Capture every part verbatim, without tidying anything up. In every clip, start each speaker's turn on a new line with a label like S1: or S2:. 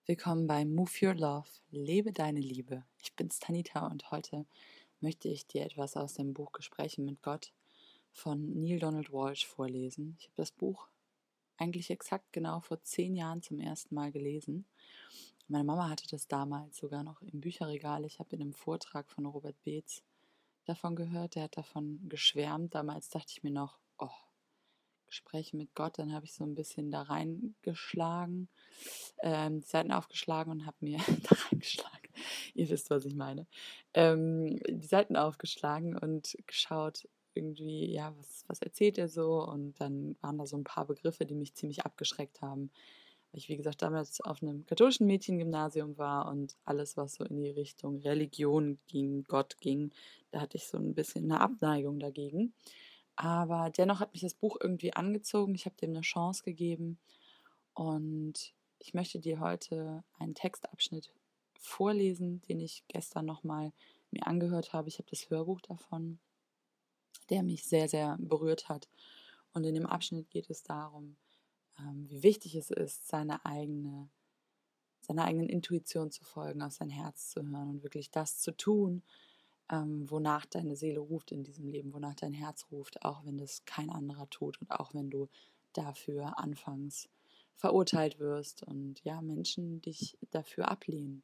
S1: Willkommen bei Move Your Love, lebe deine Liebe. Ich bin's Tanita und heute möchte ich dir etwas aus dem Buch Gespräche mit Gott von Neale Donald Walsch vorlesen. Ich habe das Buch eigentlich exakt genau vor zehn Jahren zum ersten Mal gelesen. Meine Mama hatte das damals sogar noch im Bücherregal. Ich habe in einem Vortrag von Robert Beetz davon gehört. Der hat davon geschwärmt. Damals dachte ich mir noch, oh, Gespräche mit Gott. Dann habe ich so ein bisschen da reingeschlagen, ähm, die Seiten aufgeschlagen und habe mir da reingeschlagen. Ihr wisst, was ich meine. Ähm, die Seiten aufgeschlagen und geschaut, irgendwie, ja, was, was erzählt er so? Und dann waren da so ein paar Begriffe, die mich ziemlich abgeschreckt haben. Weil ich, wie gesagt, damals auf einem katholischen Mädchengymnasium war und alles, was so in die Richtung Religion ging, Gott ging, da hatte ich so ein bisschen eine Abneigung dagegen. Aber dennoch hat mich das Buch irgendwie angezogen. Ich habe dem eine Chance gegeben und ich möchte dir heute einen Textabschnitt vorlesen, den ich gestern nochmal mir angehört habe. Ich habe das Hörbuch davon, der mich sehr, sehr berührt hat. Und in dem Abschnitt geht es darum, ähm, wie wichtig es ist, seine eigene, seiner eigenen Intuition zu folgen, auf sein Herz zu hören und wirklich das zu tun, ähm, wonach deine Seele ruft in diesem Leben, wonach dein Herz ruft, auch wenn das kein anderer tut und auch wenn du dafür anfangs verurteilt wirst und ja, Menschen dich dafür ablehnen.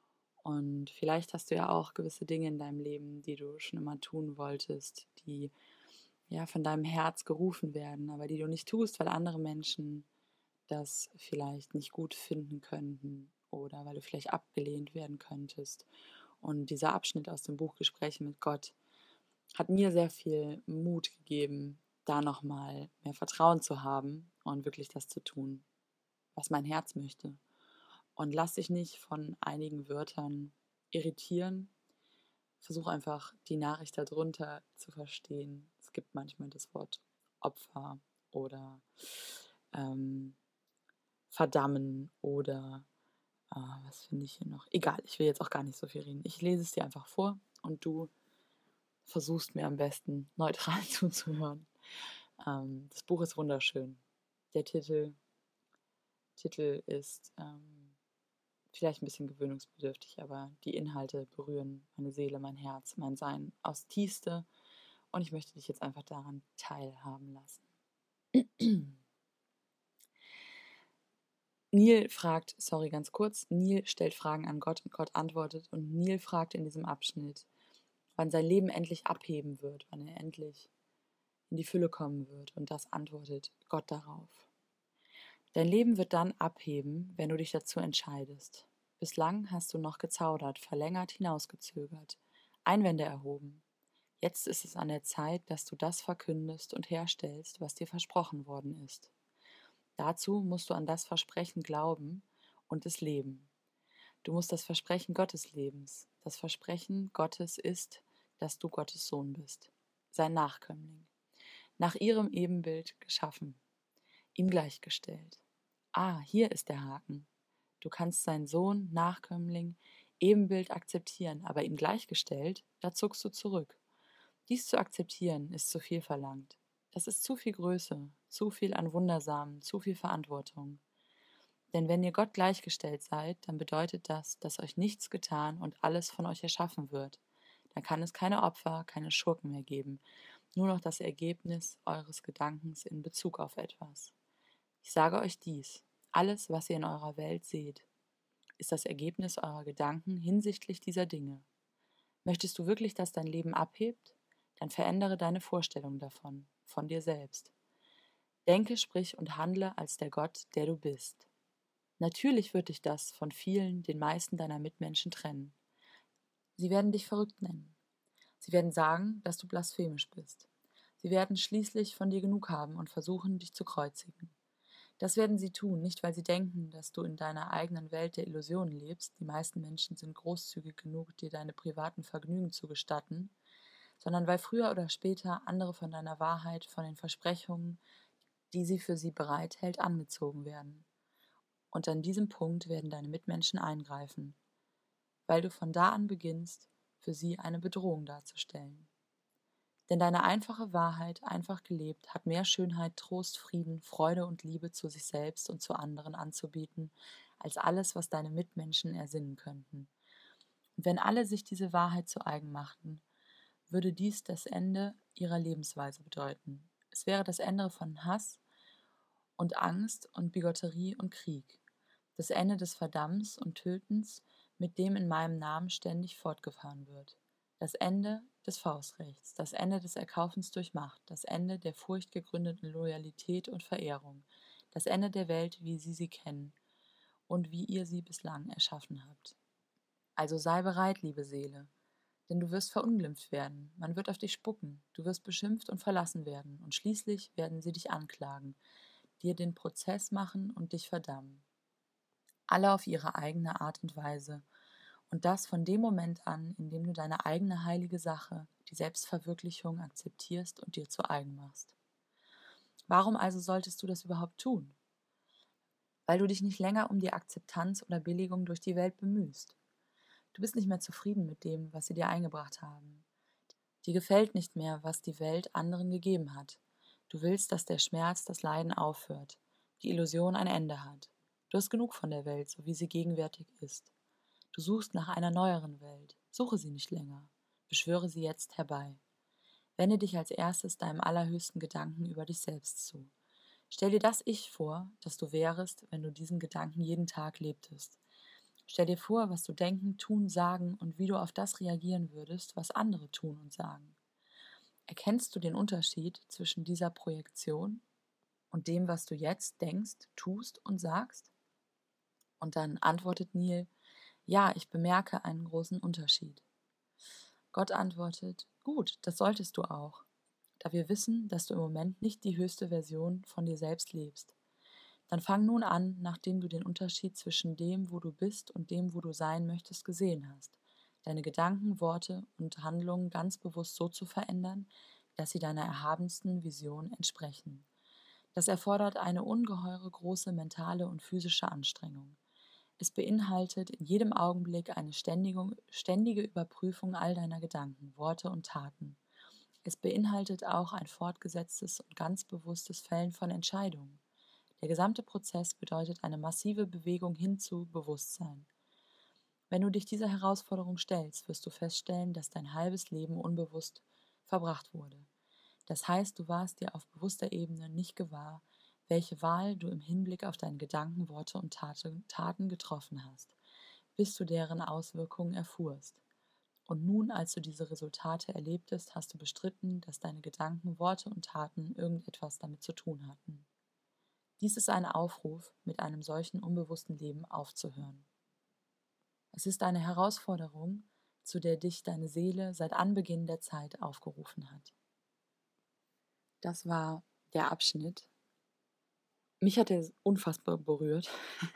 S1: Und vielleicht hast du ja auch gewisse Dinge in deinem Leben, die du schon immer tun wolltest, die ja von deinem Herz gerufen werden, aber die du nicht tust, weil andere Menschen das vielleicht nicht gut finden könnten oder weil du vielleicht abgelehnt werden könntest. Und dieser Abschnitt aus dem Buch Gespräche mit Gott hat mir sehr viel Mut gegeben, da nochmal mehr Vertrauen zu haben und wirklich das zu tun, was mein Herz möchte. Und lass dich nicht von einigen Wörtern irritieren. Versuch einfach die Nachricht darunter zu verstehen. Es gibt manchmal das Wort Opfer oder ähm, verdammen oder äh, was finde ich hier noch? Egal, ich will jetzt auch gar nicht so viel reden. Ich lese es dir einfach vor und du versuchst mir am besten neutral zuzuhören. Ähm, das Buch ist wunderschön. Der Titel, Titel ist ähm, vielleicht ein bisschen gewöhnungsbedürftig, aber die Inhalte berühren meine Seele, mein Herz, mein Sein aufs Tiefste und ich möchte dich jetzt einfach daran teilhaben lassen. Neale fragt, sorry, ganz kurz, Neale stellt Fragen an Gott und Gott antwortet und Neale fragt in diesem Abschnitt, wann sein Leben endlich abheben wird, wann er endlich in die Fülle kommen wird und das antwortet Gott darauf. Dein Leben wird dann abheben, wenn du dich dazu entscheidest. Bislang hast du noch gezaudert, verlängert, hinausgezögert, Einwände erhoben. Jetzt ist es an der Zeit, dass du das verkündest und herstellst, was dir versprochen worden ist. Dazu musst du an das Versprechen glauben und es leben. Du musst das Versprechen Gottes lebens. Das Versprechen Gottes ist, dass du Gottes Sohn bist, sein Nachkömmling, nach ihrem Ebenbild geschaffen, ihm gleichgestellt. Ah, hier ist der Haken. Du kannst seinen Sohn, Nachkömmling, Ebenbild akzeptieren, aber ihm gleichgestellt, da zuckst du zurück. Dies zu akzeptieren, ist zu viel verlangt. Das ist zu viel Größe, zu viel an Wundersamen, zu viel Verantwortung. Denn wenn ihr Gott gleichgestellt seid, dann bedeutet das, dass euch nichts getan und alles von euch erschaffen wird. Dann kann es keine Opfer, keine Schurken mehr geben, nur noch das Ergebnis eures Gedankens in Bezug auf etwas. Ich sage euch dies: Alles, was ihr in eurer Welt seht, ist das Ergebnis eurer Gedanken hinsichtlich dieser Dinge. Möchtest du wirklich, dass dein Leben abhebt? Dann verändere deine Vorstellung davon, von dir selbst. Denke, sprich und handle als der Gott, der du bist. Natürlich wird dich das von vielen, den meisten deiner Mitmenschen trennen. Sie werden dich verrückt nennen. Sie werden sagen, dass du blasphemisch bist. Sie werden schließlich von dir genug haben und versuchen, dich zu kreuzigen. Das werden sie tun, nicht weil sie denken, dass du in deiner eigenen Welt der Illusionen lebst, die meisten Menschen sind großzügig genug, dir deine privaten Vergnügen zu gestatten, sondern weil früher oder später andere von deiner Wahrheit, von den Versprechungen, die sie für sie bereithält, angezogen werden. Und an diesem Punkt werden deine Mitmenschen eingreifen, weil du von da an beginnst, für sie eine Bedrohung darzustellen. Denn deine einfache Wahrheit, einfach gelebt, hat mehr Schönheit, Trost, Frieden, Freude und Liebe zu sich selbst und zu anderen anzubieten, als alles, was deine Mitmenschen ersinnen könnten. Und wenn alle sich diese Wahrheit zu eigen machten, würde dies das Ende ihrer Lebensweise bedeuten. Es wäre das Ende von Hass und Angst und Bigotterie und Krieg. Das Ende des Verdammens und Tötens, mit dem in meinem Namen ständig fortgefahren wird. Das Ende des Faustrechts, das Ende des Erkaufens durch Macht, das Ende der furchtgegründeten Loyalität und Verehrung, das Ende der Welt, wie Sie sie kennen und wie ihr sie bislang erschaffen habt. Also sei bereit, liebe Seele, denn du wirst verunglimpft werden, man wird auf dich spucken, du wirst beschimpft und verlassen werden, und schließlich werden sie dich anklagen, dir den Prozess machen und dich verdammen. Alle auf ihre eigene Art und Weise, und das von dem Moment an, in dem du deine eigene heilige Sache, die Selbstverwirklichung, akzeptierst und dir zu eigen machst. Warum also solltest du das überhaupt tun? Weil du dich nicht länger um die Akzeptanz oder Billigung durch die Welt bemühst. Du bist nicht mehr zufrieden mit dem, was sie dir eingebracht haben. Dir gefällt nicht mehr, was die Welt anderen gegeben hat. Du willst, dass der Schmerz, das Leiden aufhört, die Illusion ein Ende hat. Du hast genug von der Welt, so wie sie gegenwärtig ist. Du suchst nach einer neueren Welt. Suche sie nicht länger. Beschwöre sie jetzt herbei. Wende dich als erstes deinem allerhöchsten Gedanken über dich selbst zu. Stell dir das Ich vor, das du wärest, wenn du diesen Gedanken jeden Tag lebtest. Stell dir vor, was du denken, tun, sagen und wie du auf das reagieren würdest, was andere tun und sagen. Erkennst du den Unterschied zwischen dieser Projektion und dem, was du jetzt denkst, tust und sagst? Und dann antwortet Neil: Ja, ich bemerke einen großen Unterschied. Gott antwortet: Gut, das solltest du auch, da wir wissen, dass du im Moment nicht die höchste Version von dir selbst lebst. Dann fang nun an, nachdem du den Unterschied zwischen dem, wo du bist und dem, wo du sein möchtest, gesehen hast, deine Gedanken, Worte und Handlungen ganz bewusst so zu verändern, dass sie deiner erhabensten Vision entsprechen. Das erfordert eine ungeheure große mentale und physische Anstrengung. Es beinhaltet in jedem Augenblick eine ständige, ständige Überprüfung all deiner Gedanken, Worte und Taten. Es beinhaltet auch ein fortgesetztes und ganz bewusstes Fällen von Entscheidungen. Der gesamte Prozess bedeutet eine massive Bewegung hin zu Bewusstsein. Wenn du dich dieser Herausforderung stellst, wirst du feststellen, dass dein halbes Leben unbewusst verbracht wurde. Das heißt, du warst dir auf bewusster Ebene nicht gewahr, welche Wahl du im Hinblick auf deine Gedanken, Worte und Taten getroffen hast, bis du deren Auswirkungen erfuhrst. Und nun, als du diese Resultate erlebtest, hast du bestritten, dass deine Gedanken, Worte und Taten irgendetwas damit zu tun hatten. Dies ist ein Aufruf, mit einem solchen unbewussten Leben aufzuhören. Es ist eine Herausforderung, zu der dich deine Seele seit Anbeginn der Zeit aufgerufen hat. Das war der Abschnitt. Mich hat er unfassbar berührt.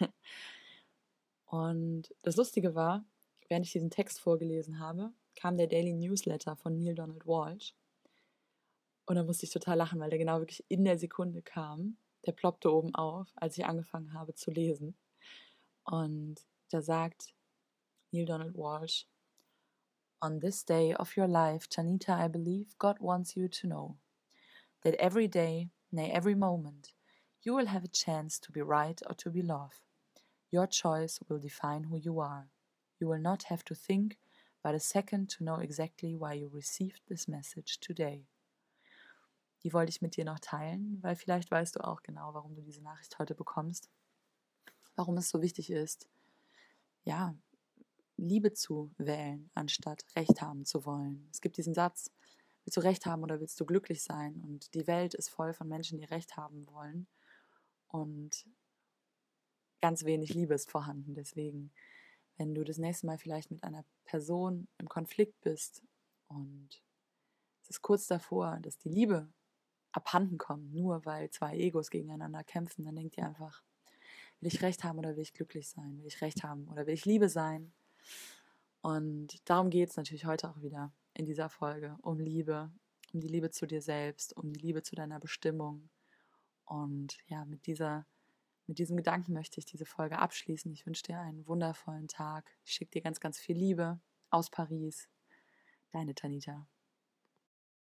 S1: Und das Lustige war, während ich diesen Text vorgelesen habe, kam der Daily Newsletter von Neil Donald Walsch. Und da musste ich total lachen, weil der genau wirklich in der Sekunde kam. Der ploppte oben auf, als ich angefangen habe zu lesen. Und da sagt Neil Donald Walsch: On this day of your life, Tanita, I believe God wants you to know that every day, nay, every moment, you will have a chance to be right or to be love. Your choice will define who you are. You will not have to think but a second to know exactly why you received this message today. Die wollte ich mit dir noch teilen, weil vielleicht weißt du auch genau, warum du diese Nachricht heute bekommst. Warum es so wichtig ist, ja, Liebe zu wählen, anstatt Recht haben zu wollen. Es gibt diesen Satz: Willst du Recht haben oder willst du glücklich sein? Und die Welt ist voll von Menschen, die Recht haben wollen. Und ganz wenig Liebe ist vorhanden. Deswegen, wenn du das nächste Mal vielleicht mit einer Person im Konflikt bist und es ist kurz davor, dass die Liebe abhanden kommt, nur weil zwei Egos gegeneinander kämpfen, dann denk dir einfach: Will ich Recht haben oder will ich glücklich sein? Will ich Recht haben oder will ich Liebe sein? Und darum geht es natürlich heute auch wieder in dieser Folge, um Liebe, um die Liebe zu dir selbst, um die Liebe zu deiner Bestimmung. Und ja, mit dieser, mit diesem Gedanken möchte ich diese Folge abschließen. Ich wünsche dir einen wundervollen Tag. Ich schicke dir ganz, ganz viel Liebe aus Paris. Deine Tanita.